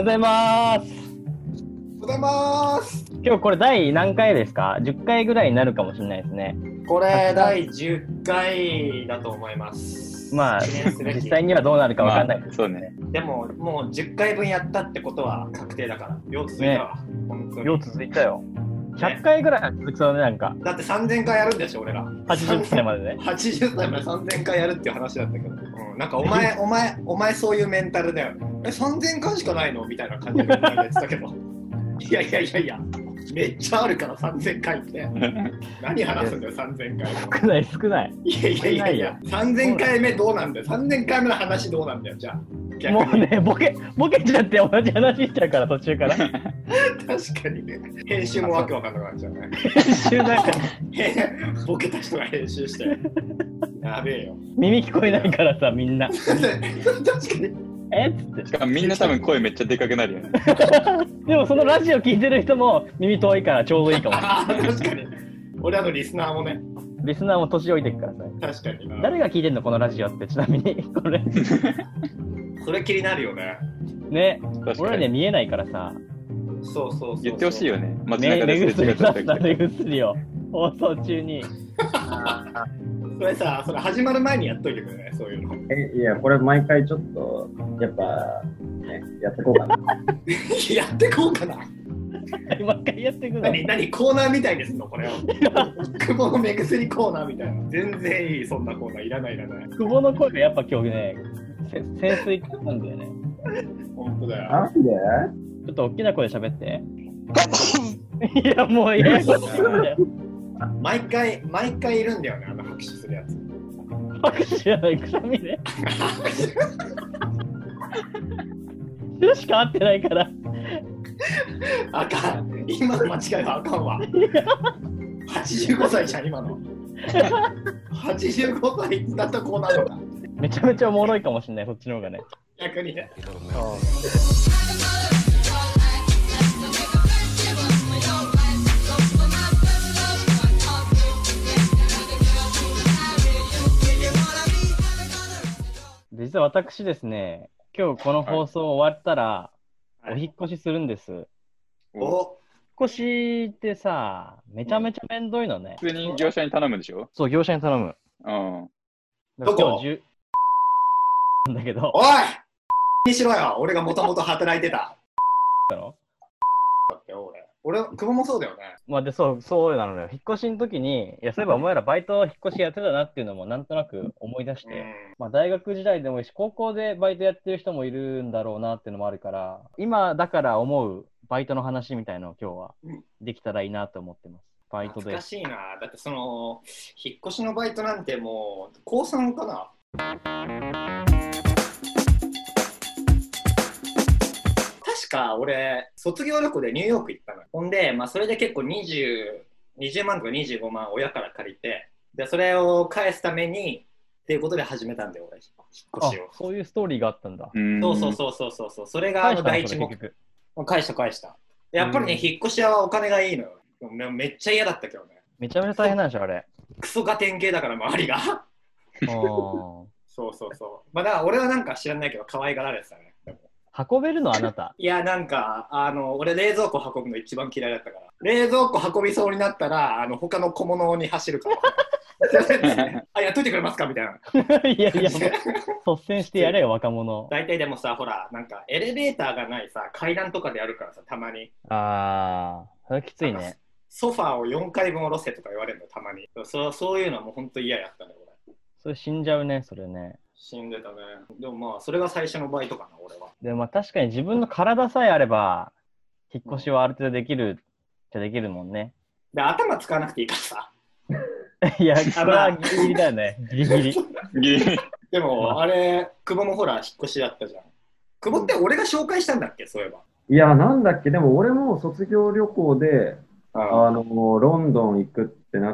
ございます。 おはようございます。 今日これ第何回ですか？10回ぐらいになるかもしれないですね。 これ第10回だと思います。 まあ実際にはどうなるかわかんないです、 そうね。 でももう10回分やったってことは確定だから。よう続いたわ、ね、本当に。 よう続いたよ。100回ぐらいは続きそうね、なんか。 だって3000回やるんでしょ、俺ら。 80歳までね。 80歳まで3000回やるっていう話だったけど。なんかお前そういうメンタルだよね。3000回しかないのみたいな感じで言ってたけど。いや、めっちゃあるから3000回って。何話すんだよ、3000回。 少ない。 いや、3000回目どうなんだよ。3000回目の話どうなんだよ、じゃあ。 もうね、ボケちゃって同じ話しちゃうから、途中から。 確かにね。編集もわけわかんなくなっちゃうね。 編集だから。 ボケた人が編集して。やべえよ。 耳聞こえないからさ、みんな。 確かに。 っつって。 しかもみんな多分声めっちゃでかくなるよね。 でもそのラジオ聞いてる人も耳遠いからちょうどいいかも。 確かに。俺らのリスナーもね。 リスナーも年老いてくからさ。 確かに。 誰が聞いてんのこのラジオって、ちなみにこれ。 それ気になるよね。 ね、俺らには見えないからさ。 そう言ってほしいよね。 目薬さした目薬を放送中に。 それさ、それ始まる前にやっといてくれね、そういうの。 いや、これ毎回ちょっとやっぱね、やってこうかな。 やってこうかな。 毎回やっていくの。 何コーナーみたいですのこれを。久保の目薬コーナーみたいな。全然いい、そんなコーナーいらない。 久保の声がやっぱ今日ね、潜水なんだよね。 本当だよ。 なんで？ ちょっと大きな声で喋って。いや、もうややこしいんだよ。 毎回いるんだよね、あの拍手するやつ。 拍手じゃない、くしゃみね。手しか合ってないから。 あかん。今の間違いはあかんわ。85歳じゃん、今の。85歳だったコーナーとか。 めちゃめちゃおもろいかもしれない、そっちの方がね。 逆にね。 実は私ですね、今日この放送終わったら、お引っ越しするんです。 お引っ越しってさ、めちゃめちゃめんどいのね。 普通に業者に頼むでしょ？ そう、業者に頼む。 うん。 どこなんだけど。 おいにしろよ、俺がもともと働いてた。 だろ？ 俺、久保もそうだよね。 まあで、そうなのよ。引っ越しの時に、いや、そういえばお前らバイト引っ越しやってたなっていうのもなんとなく思い出して、まあ大学時代でもいいし、高校でバイトやってる人もいるんだろうなっていうのもあるから、今だから思うバイトの話みたいのを今日はできたらいいなと思ってます。バイトで。 懐かしいな。だってその、引っ越しのバイトなんてもう、高3かな。確か俺卒業旅行でニューヨーク行ったの。ほんで、まあ、それで結構20万とか25万親から借りて、でそれを返すためにっていうことで始めたんだよ、俺、引っ越しを。そういうストーリーがあったんだ。 そう。それが第一目標。返した。やっぱりね、引っ越しはお金がいいのよ。めっちゃ嫌だったけどね。 めちゃめちゃ大変なんでしょ、あれ。 クソが典型だから周りが。そう。まあだから俺はなんか知らないけど可愛がられてたね。 運べるのあなた。 いや、なんか俺冷蔵庫運ぶの一番嫌いだったから、冷蔵庫運びそうになったら他の小物に走るからあ、やっといてくれますかみたいな。 いや率先してやれよ、若者。 大体でもさ、ほら、なんかエレベーターがないさ、階段とかでやるからさ、たまに。 それきついね。 ソファーを4回分下ろせとか言われるの、たまに。そういうのはもうほんと嫌やったね、俺。 それ死んじゃうね、それね。 死んでたね。でもまあ、それが最初のバイトかな、俺は。 でもまあ確かに自分の体さえあれば、引っ越しはある程度できるじゃできるもんね。 で、頭使わなくていいからさ。 いや、それはギリギリだよね。ギリギリ。 でも、あれ、久保もほら、引っ越しだったじゃん。久保って俺が紹介したんだっけ、そういえば。 いや、なんだっけ、でも俺も卒業旅行で、ロンドン行くってなって、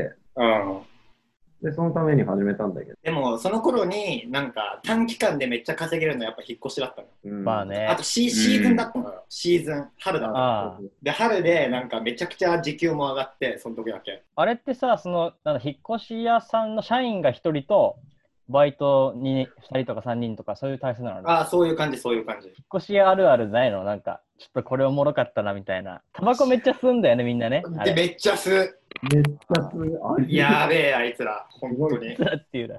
で、そのために始めたんだけど。 でも、その頃になんか短期間でめっちゃ稼げるのはやっぱ引っ越しだったの。 まあね。 あとシーズンだったのよ。シーズン。春だったの。で、春でなんかめちゃくちゃ時給も上がって、その時だけ。 あれってさ、引っ越し屋さんの社員が1人と、 バイトに2人とか3人とかそういう体制なのね。 ああ、そういう感じ、そういう感じ。 引っ越しあるあるないのなんか、ちょっとこれおもろかったなみたいな。タバコめっちゃ吸うんだよね、みんなね。あで、 れめっちゃ吸う。 めっちゃすやべえ、あいつら、本当に。 っていうな。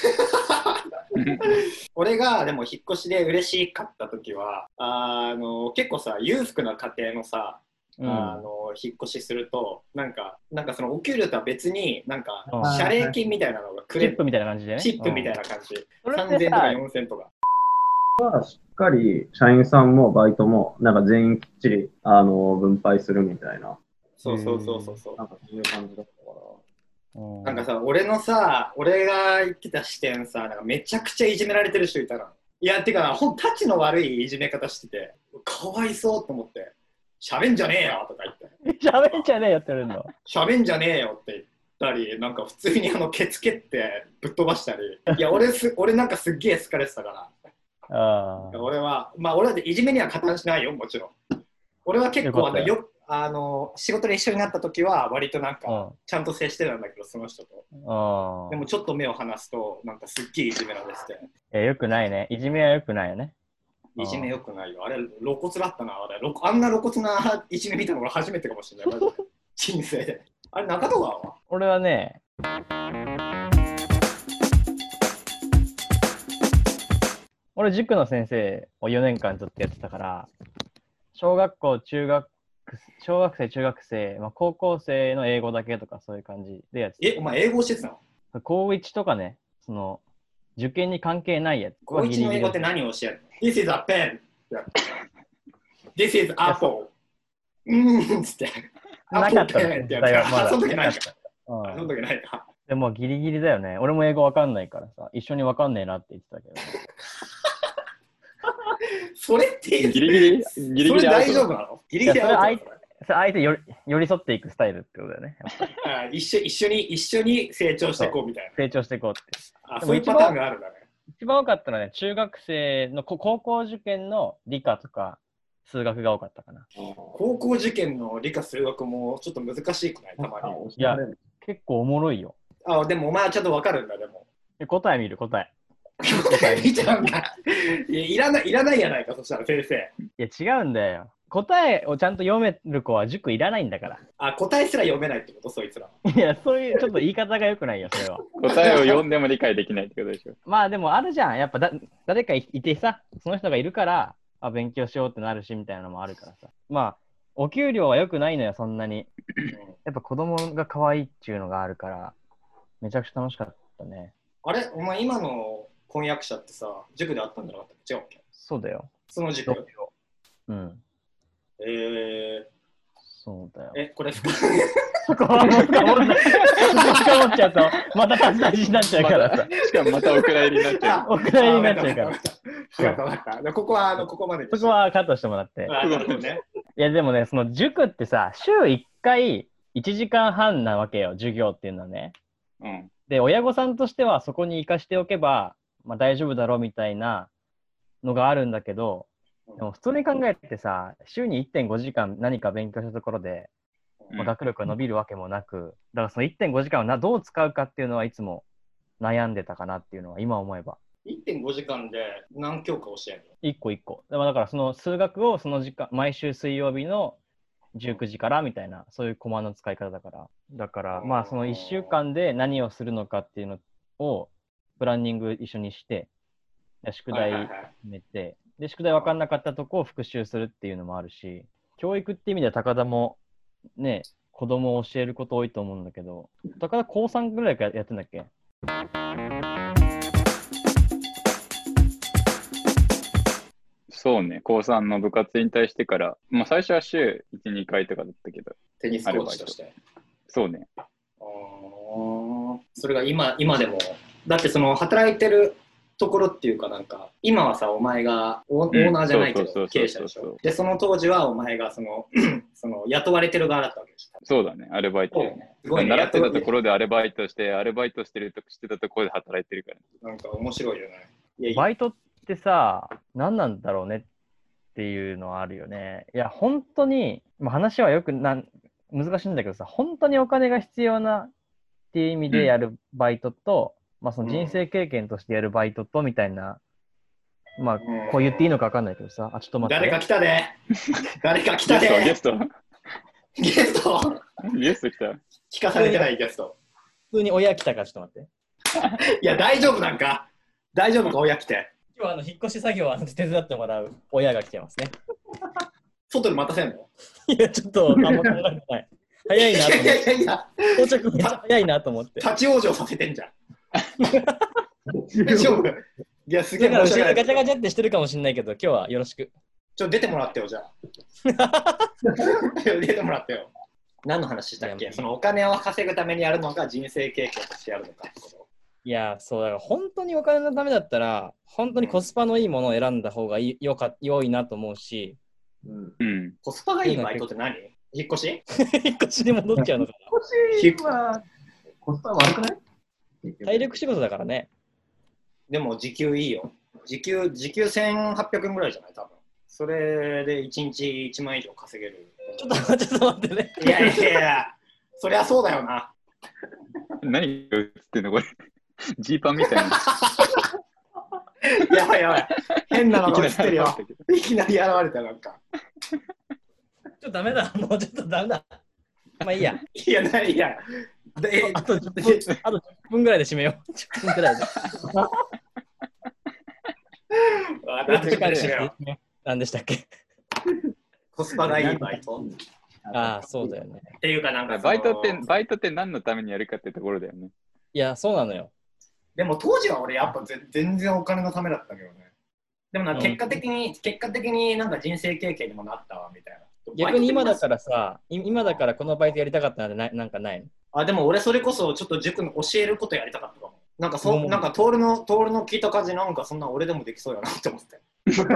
俺がでも引っ越しで嬉しかった時は結構さ裕福な家庭のさ引っ越しするとなんかそのお給料とは別になんか謝礼金みたいなのがくれる。 チップみたいな感じでね。 チップみたいな感じ。 それって 3000とかさ、 4000とか。 しっかり社員さんもバイトもなんか全員きっちり分配するみたいな。 そうそうそうそうそう。 なんかそういう感じだったから。 なんかさ、俺が言ってた視点さ、なんかめちゃくちゃいじめられてる人いたの。いや、てかな、たちの悪いいじめ方してて、かわいそうと思って、喋んじゃねえよとか言って。 喋んじゃねえよって言われるの。 喋んじゃねえよって言ったり、なんか普通にケツ蹴ってぶっ飛ばしたり。いや、俺なんかすっげえ好かれてたから。俺はでいじめには加担しないよ、もちろん。俺は結構仕事で一緒になった時は割となんかちゃんと接してたんだけど、その人と。でもちょっと目を離すとなんかすっげえいじめられてて。よくないね。いじめはよくないよね。 いじめよくないよ。あれ露骨だったな。あんな露骨ないじめ見たの俺初めてかもしれない。人生で。あれ中野川は？ 俺はね、俺塾の先生を4年間ずっとやってたから、小学生、中学生、高校生の英語だけとかそういう感じでやってた。 お前英語してたの？ 高1とかね、その受験に関係ないやつ。 高1の英語って何を教えるの？ This is a pen. This is apple. つって。 なかったね。 その時ないか。その時ないか。 でもギリギリだよね。俺も英語わかんないからさ、一緒にわかんねえなって言ってたけど。 それってギリギリ大丈夫なの？ギリギリ相手寄り添っていくスタイルってことだよね。 一緒に成長していこうみたいな。 成長していこうって。 そういうパターンがあるんだね。 一番多かったのはね、中学生の高校受験の理科とか数学が多かったかな。 高校受験の理科数学もちょっと難しいくない？たまに。 いや、結構おもろいよ。 でもお前はちゃんとわかるんだ、でも。 答え見る、答え。 答え見ちゃうんだ。いらないやないか、そしたら先生。 いや、違うんだよ。答えをちゃんと読める子は塾いらないんだから。 答えすら読めないってこと、そいつら。 いや、そういうちょっと言い方が良くないよ、それは。 答えを読んでも理解できないってことでしょ。 まあでもあるじゃん。やっぱ誰かいてさ、その人がいるから、勉強しようってなるしみたいなのもあるからさ。お給料は良くないのよ、そんなに。やっぱ子供が可愛いっていうのがあるから、めちゃくちゃ楽しかったね。 あれ、お前今の婚約者ってさ、塾で会ったんじゃなかったっけ？違うっけ？ そうだよ。 その塾？ うん。そうだよ。 これそこはもう深掘っちゃうと、また立ち出しになっちゃうからさ。 しかもまたお蔵入りになっちゃう。 お蔵入りになっちゃうから。 分かった。ここまで。 そこはカットしてもらって。いやでもね、その塾ってさ、週1回1時間半なわけよ、授業っていうのはね。 うん。 で、親御さんとしてはそこに行かしておけば、大丈夫だろうみたいなのがあるんだけど、でも普通に考えてさ、週に 1.5 時間何か勉強したところで、学力が伸びるわけもなく、だからその 1.5 時間をどう使うかっていうのはいつも悩んでたかなっていうのは今思えば。 1.5 時間で何教科教えるの？ 1個1個。だからその数学をその時間、毎週水曜日の19時からみたいな、そういうコマの使い方だから。だからその1週間で何をするのかっていうのをプランニング一緒にして、宿題決めて、で、宿題分かんなかったとこを復習するっていうのもあるし、教育って意味では高田もね、子供を教えること多いと思うんだけど、高田高3ぐらいからやってんだっけ？ そうね、高3の部活引退してから、最初は週1、2回とかだったけど。 テニスコーチとして。 そうね。 それが今でも、だってその働いてるところっていうかなんか、今はさ、お前がオーナーじゃないけど経営者でしょ。で、その当時はお前がその雇われてる側だったわけでしょ。 そうだね、アルバイト。習ってたところでアルバイトしてたところで働いてるから。 なんか面白いよね。 バイトってさ、何なんだろうねっていうのはあるよね。いや、本当に、話は難しいんだけどさ、本当にお金が必要なっていう意味でやるバイトと、 まあその人生経験としてやるバイトとみたいな、まあこう言っていいのか分かんないけどさ、ちょっと待って。 誰か来たで誰か来たでゲストゲスト来た聞かされてないゲスト。 普通に親来たからちょっと待って。 いや、大丈夫なんか大丈夫か、親来て。 今日は引っ越し作業を手伝ってもらう親が来てますね。 外で待たせんの？ いや、ちょっと、もったいない。早いなと思って。 いや到着めっちゃ早いなと思って。 立ち往生させてんじゃん。大丈夫？いや、すげえだから後ろでガチャガチャってしてるかもしれないけど、今日はよろしく。 出てもらってよ、じゃあ。出てもらってよ。何の話したっけ？そのお金を稼ぐためにやるのか、人生経験としてやるのかってこと。 いや、そうだから本当にお金のためだったら、本当にコスパのいいものを選んだ方が良いなと思うし、 コスパがいいバイトって何？引っ越し？ 引っ越しに戻っちゃうのかな。 引っ越しはコスパ悪くない？ 体力仕事だからね。 でも時給いいよ。時給1800円ぐらいじゃない多分。それで1日1万以上稼げる。 ちょっと待ってね。 いや、そりゃそうだよな。 何が映ってんのこれ。ジーパンみたいな。 やばい。変なのが映ってるよ。いきなり現れたなんか。 ちょっとダメだ。もうちょっとダメだ。まあいいや。 いや。 あと10分ぐらいで締めよう。10分ぐらいで。何でしたっけ？ コスパがいいバイト。 ああ、そうだよね。 っていうかなんかバイトって何のためにやるかってところだよね。 いや、そうなのよ。 でも当時は俺やっぱ全然お金のためだったけどね。でも結果的になんか人生経験にもなったわみたいな。 逆に今だからさ、今だからこのバイトやりたかったなんかないの？ あ、でも俺それこそちょっっと塾の教えることやりたかったかも。なんかなんかトールの聞いた感じなんかそんな俺でもできそうやなって思って。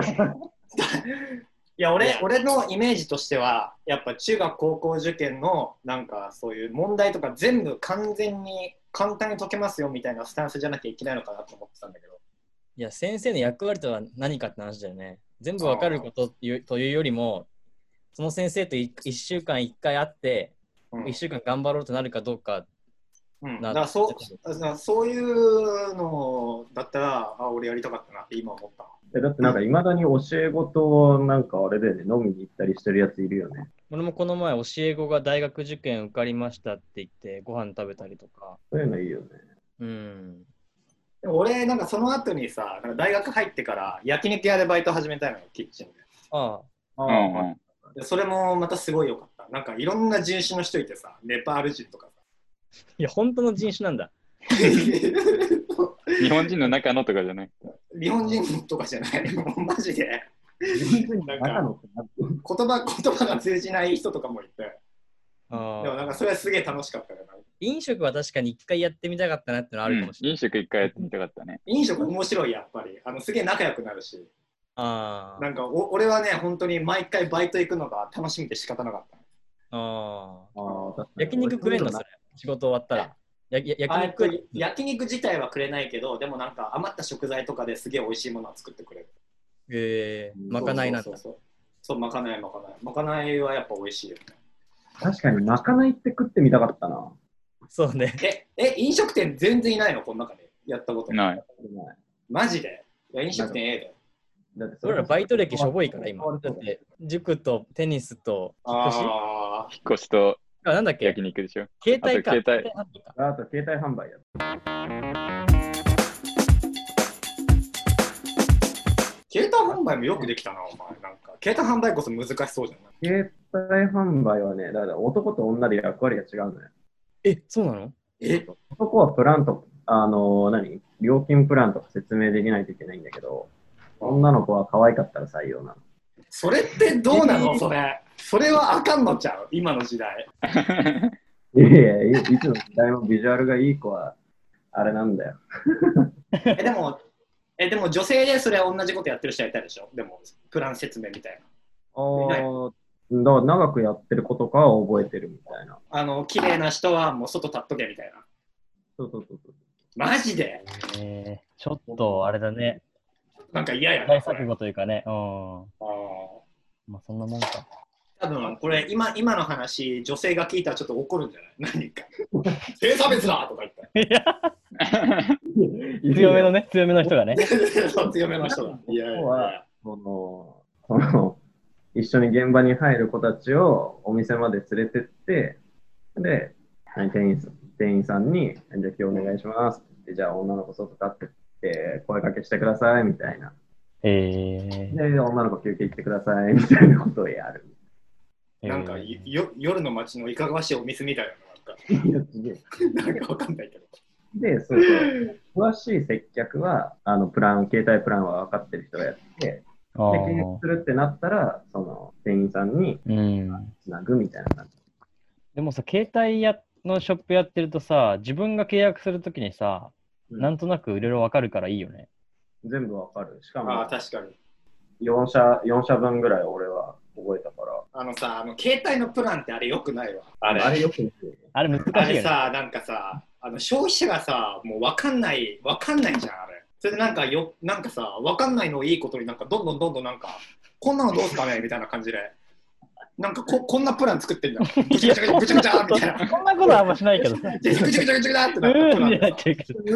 いや俺のイメージとしてはやっぱ中学高校受験のなんかそういう問題とか全部完全に簡単に解けますよみたいなスタンスじゃなきゃいけないのかなと思ってたんだけど。 いや、先生の役割とは何かって話だよね。全部わかることというよりも、その先生と1週間1回会って、1週間頑張ろうとなるかどうか。 だからそういうのだったら俺やりたかったなって今思った。 だってなんかいまだに教え子となんかあれでね、飲みに行ったりしてるやついるよね。 俺もこの前教え子が大学受験受かりましたって言ってご飯食べたりとか。 そういうのいいよね。 でも俺なんかその後にさ、なんか大学入ってから焼肉屋でバイト始めたのよ、キッチンで。それもまたすごい良かった。なんかいろんな人種の人いてさ、ネパール人とかさ。 いや、本当の人種なんだ。 日本人の中のとかじゃない。 日本人とかじゃない。もうマジで。なんか言葉が通じない人とかもいて。でもなんかそれはすげえ楽しかったよな。 飲食は確かに一回やってみたかったなってのはあるかもしれない。 飲食一回やってみたかったね。 飲食面白いやっぱり。すげえ仲良くなるし。なんか俺はね、本当に毎回バイト行くのが楽しみで仕方なかった。 焼肉食えんのそれ。仕事終わったら。 焼肉自体はくれないけど、でもなんか余った食材とかですげえ美味しいものを作ってくれる。 まかないなんだ。 そう、まかない。まかないはやっぱ美味しいよね。 確かにまかないって食ってみたかったな。 そうね。 飲食店全然いないのこの中でやったことない。 マジで？いや、飲食店だって俺らバイト歴しょぼいから今。だって塾とテニスと引っ越しとなんだっけ焼肉でしょ。 携帯か。 あと携帯販売や。 携帯販売もよくできたな、お前。なんか携帯販売こそ難しそうじゃない？ 携帯販売はね、だから男と女で役割が違うのよ。 そうなの？ 男はプランと、料金プランとか説明できないといけないんだけど、女の子は可愛かったら採用なの。 それってどうなの？それはあかんのちゃう？今の時代。 いつの時代もビジュアルがいい子はあれなんだよ。 でも女性でそれは同じことやってる人いたでしょ？でもプラン説明みたいな。 だから長くやってる子とかは覚えてるみたいな。 綺麗な人はもう外立っとけみたいな。 そう。 マジで？ ちょっとあれだね。 なんか嫌やな。大錯誤というかね。まあそんなもんか。 多分これ今の話、女性が聞いたらちょっと怒るんじゃない？何か。性差別だとか言って。 強めのね、強めの人がね。 そう強めの人だ。いやいやいや。 一緒に現場に入る子たちをお店まで連れてって、で、店員さんに、じゃあ今日お願いしますって、じゃあ女の子外立ってって声かけしてくださいみたいな。で、女の子休憩行ってくださいみたいなことをやる。 なんか夜の街のいかがわしいお店みたいなのなんかわかんないけど。 で、そう詳しい接客は、携帯プランは分かってる人がやって、で、契約するってなったら、その店員さんにつなぐみたいな感じ。 でもさ、携帯のショップやってるとさ、自分が契約するときにさ、なんとなくいろいろ分かるからいいよね。 全部分かる。しかも、 確かに。 4社分ぐらい俺は覚えたから。 携帯のプランってあれよくないわ。 あれよくない。 あれ難しいよね。 あれさ、なんかさ、消費者がさ、もう分かんないじゃん、あれ。それでなんかさ、分かんないのをいいことになんかどんどんなんか、こんなのどうすかねみたいな感じで。なんかこんなプラン作ってんじゃん。ぐちゃぐちゃぐちゃぐちゃみたいな。 こんなことはあんましないけどさ。 ぐちゃぐちゃぐちゃぐちゃってなってるけど。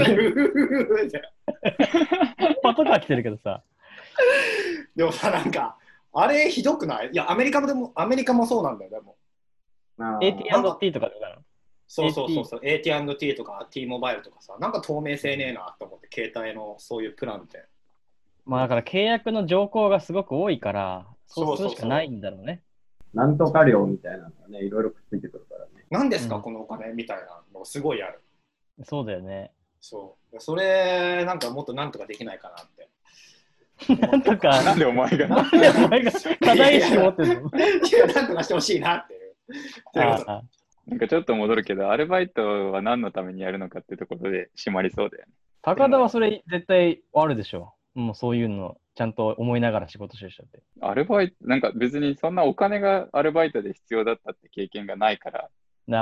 パトカー来てるけどさ。 でもさ、なんか、あれひどくない？いや、アメリカもそうなんだよ、でも。 AT&T とかでなの？ そう、AT&T とか T モバイルとかさ、なんか透明性ねえなと思って、携帯のそういうプランって。 まあだから契約の条項がすごく多いから、そうするしかないんだろうね。 なんとか料みたいなのがね、いろいろくっついてくるからね。 何ですか、このお金みたいなのすごいある。 そうだよね。 そう。それ、なんかもっとなんとかできないかなって。 なんとか。 なんでお前が課題意識持ってるの？ いや、なんとかしてほしいなっていう。 なんかちょっと戻るけど、アルバイトは何のためにやるのかってところで締まりそうだよね。 高田はそれ絶対あるでしょ。もうそういうのちゃんと思いながら仕事してる人って。 アルバイト、なんか別にそんなお金がアルバイトで必要だったって経験がないから。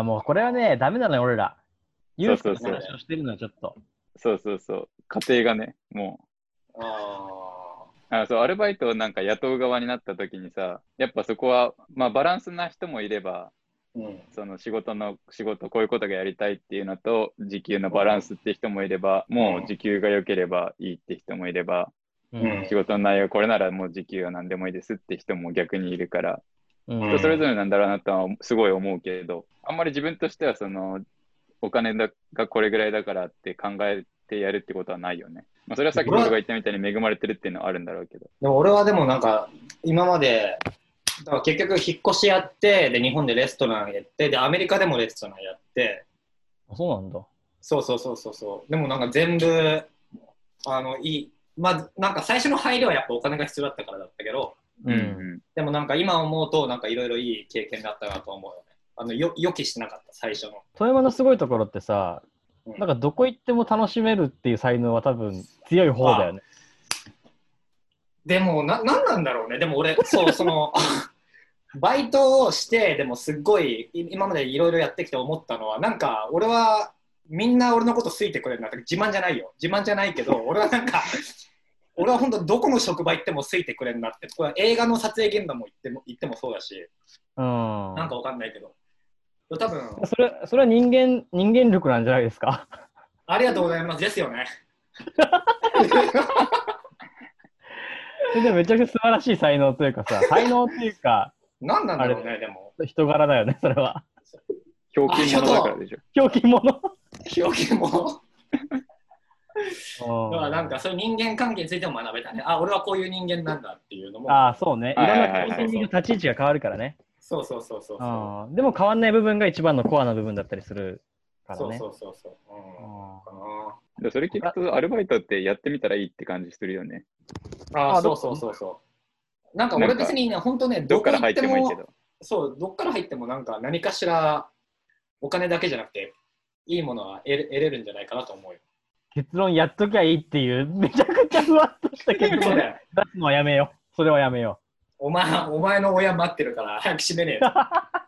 もうこれはね、ダメなのよ、俺ら。 そうそうそう。 話をしてるのはちょっと。 そうそうそう。家庭がね、もう。そう、アルバイトをなんか雇う側になった時にさ、やっぱそこは、まあバランスな人もいれば、その仕事こういうことがやりたいっていうのと時給のバランスって人もいれば、もう時給が良ければいいって人もいれば、仕事の内容これならもう時給は何でもいいですって人も逆にいるから、人それぞれなんだろうなとはすごい思うけど、あんまり自分としてはそのお金がこれぐらいだからって考えてやるってことはないよね。まあ、それはさっき僕が言ったみたいに恵まれてるっていうのはあるんだろうけど。 でも俺はでもなんか今までだから結局引っ越しやってで日本でレストランやってでアメリカでもレストランやってそうなんだ。 そうでもなんか全部まあなんか最初の入りはやっぱお金が必要だったからだったけど、でもなんか今思うとなんかいろいろいい経験だったなと思うよね。予期してなかった最初の。 富山のすごいところってさ、なんかどこ行っても楽しめるっていう才能は多分強い方だよね。 でもなんなんだろうね。でも俺そのバイトをしてでもすっごい今までいろいろやってきて思ったのはなんか俺はみんな俺のこと好いてくれるなって自慢じゃないけど俺はなんか俺は本当どこの職場行っても好いてくれるなってこれは映画の撮影現場も行ってもそうだし、なんかわかんないけど多分それは人間力なんじゃないですか。 ありがとうございますですよね。 でもめちゃくちゃ素晴らしい才能というかさ、才能というか、 何なんだろうね、でも。 人柄だよね、それは。 ひょうきん者だからでしょ。 ひょうきん者。 ひょうきん者。だからなんかそういう人間関係についても学べたね。俺はこういう人間なんだっていうのも。 そうね。いろんな立ち位置が変わるからね。 そう。 でも変わんない部分が一番のコアな部分だったりするからね。 そう。 それ聞くとアルバイトってやってみたらいいって感じするよね。 そう。なんか俺別にね、本当ね、 どっから入ってもいいけど。 そう、どっから入ってもなんか何かしらお金だけじゃなくていいものは得れるんじゃないかなと思うよ。 結論やっときゃいいっていうめちゃくちゃふわっとした結論出すのはやめよう。それはやめよう。お前の親待ってるから早く閉めねえよ。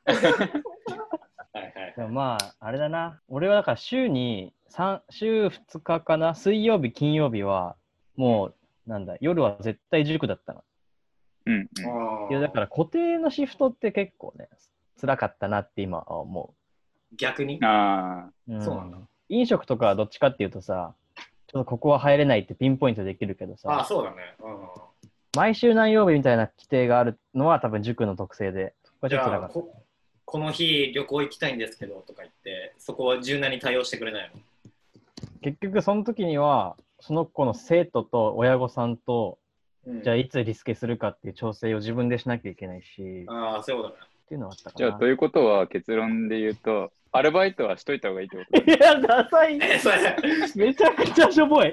でもまああれだな。俺はだから週2日かな。水曜日金曜日はもうなんだ夜は絶対塾だったの。いやだから固定のシフトって結構ね辛かったなって今は思う。逆にそうなんだ。飲食とかはどっちかっていうとさちょっとここは入れないってピンポイントできるけどさ、 そうだね。 毎週何曜日みたいな規定があるのは多分塾の特性で、 じゃあこの日旅行行きたいんですけどとか言って、そこは柔軟に対応してくれないの？ 結局その時には、その子の生徒と親御さんと、じゃあいつリスケするかっていう調整を自分でしなきゃいけないし、 そうだね。 っていうのはあったかな。 じゃあということは結論で言うと、アルバイトはしといた方がいいってことだね。 いや、ダサい。 それめちゃくちゃしょぼい。 い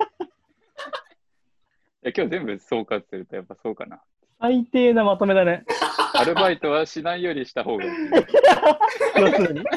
や今日全部総括するとやっぱそうかな。 最低なまとめだね。 アルバイトはしないよりした方がいい。 要するに。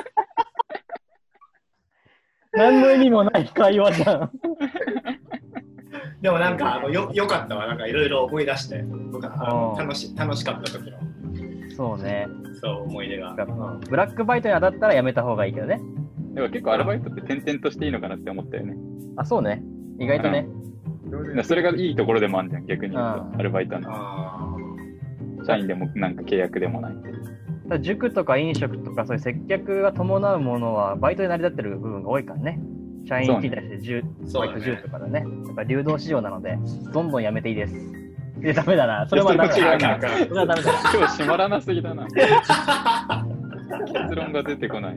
何の意味もない会話じゃん。 でもなんかよかったわ。なんかいろいろ思い出して、僕は楽しかった時の。 そうね。 そう思い出が。 ブラックバイトに当たったらやめた方がいいけどね。 でも結構アルバイトって転々としていいのかなって思ったよね。 そうね。意外とね。 それがいいところでもあるじゃん、逆に言うと。アルバイトの。社員でもなんか契約でもない。 塾とか飲食とかそういう接客が伴うものはバイトで成り立ってる部分が多いからね。社員1に対してバイト10とかだね。やっぱ流動市場なので、どんどんやめていいです。ダメだな。それはダメだな。それはダメだな。 今日締まらなすぎだな。結論が出てこない。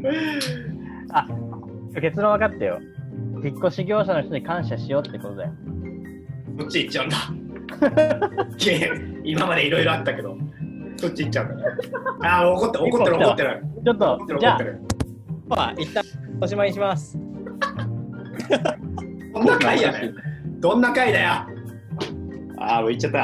結論分かったよ。引っ越し業者の人に感謝しようってことだよ。 そっち行っちゃうんだ。今までいろいろあったけど、そっち行っちゃうんだね。怒ってる。 ちょっと、じゃあ、 一旦おしまいにします。 どんな回やねん。どんな回だよ。もう行っちゃった。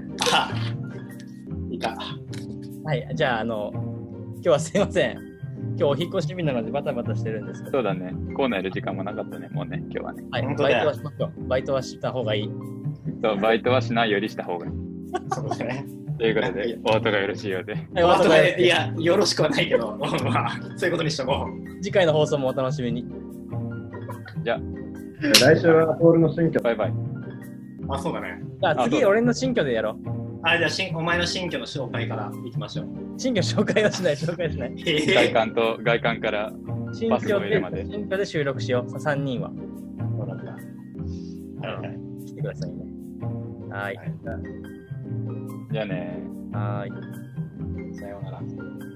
いた。 はい、じゃあ、今日はすいません。今日お引っ越し日なのでバタバタしてるんですけど。 そうだね。コーナーやる時間もなかったね、もうね、今日はね。 はい、バイトはしましょう。バイトはした方がいい。 そう、バイトはしないよりした方がいい。 そうですね。 ということで、お後がよろしいようで。 いや、よろしくはないけど、そういうことにしとこう。次回の放送もお楽しみに。 じゃあ、 来週はポールの新居。 バイバイ。 そうだね。 じゃあ次、俺の新居でやろう。 じゃあお前の新居の紹介からいきましょう。 新居紹介はしない。 外観から新居で収録しよう。3人は。 そうだった。 来てくださいね。はい。 じゃあね。 はい。 さようなら。